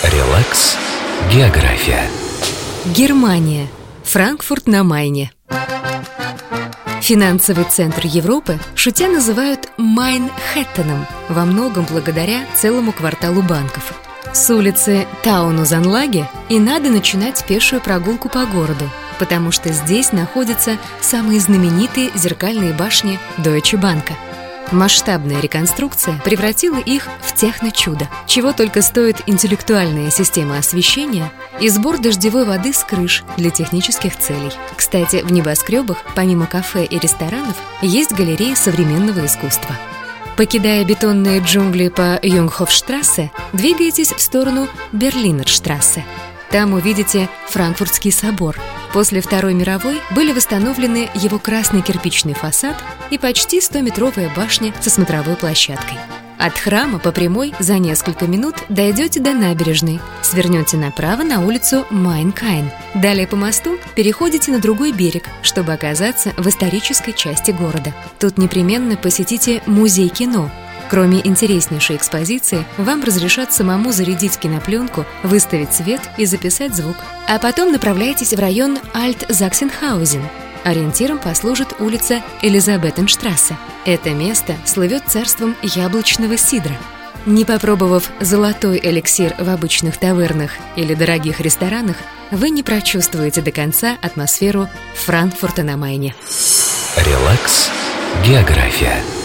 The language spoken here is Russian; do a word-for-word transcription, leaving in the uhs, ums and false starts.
Релакс. География. Германия. Франкфурт на Майне. Финансовый центр Европы шутя называют Майнхэттеном, во многом благодаря целому кварталу банков. С улицы Таунузанлаге и надо начинать пешую прогулку по городу, потому что здесь находятся самые знаменитые зеркальные башни Deutsche Bank. Масштабная реконструкция превратила их в техночудо, чего только стоит интеллектуальная система освещения и сбор дождевой воды с крыш для технических целей. Кстати, в небоскребах, помимо кафе и ресторанов, есть галереи современного искусства. Покидая бетонные джунгли по Юнгхофштрассе, двигайтесь в сторону Берлинерштрассе. Там увидите Франкфуртский собор. После Второй мировой были восстановлены его красный кирпичный фасад и почти стометровая башня со смотровой площадкой. От храма по прямой за несколько минут дойдете до набережной, свернете направо на улицу Майн-Кайн. Далее по мосту переходите на другой берег, чтобы оказаться в исторической части города. Тут непременно посетите музей кино. Кроме интереснейшей экспозиции, вам разрешат самому зарядить кинопленку, выставить свет и записать звук. А потом направляйтесь в район Альт-Заксенхаузен. Ориентиром послужит улица Элизабетенштрассе. Это место слывет царством яблочного сидра. Не попробовав золотой эликсир в обычных тавернах или дорогих ресторанах, вы не прочувствуете до конца атмосферу Франкфурта на Майне. Релакс. География.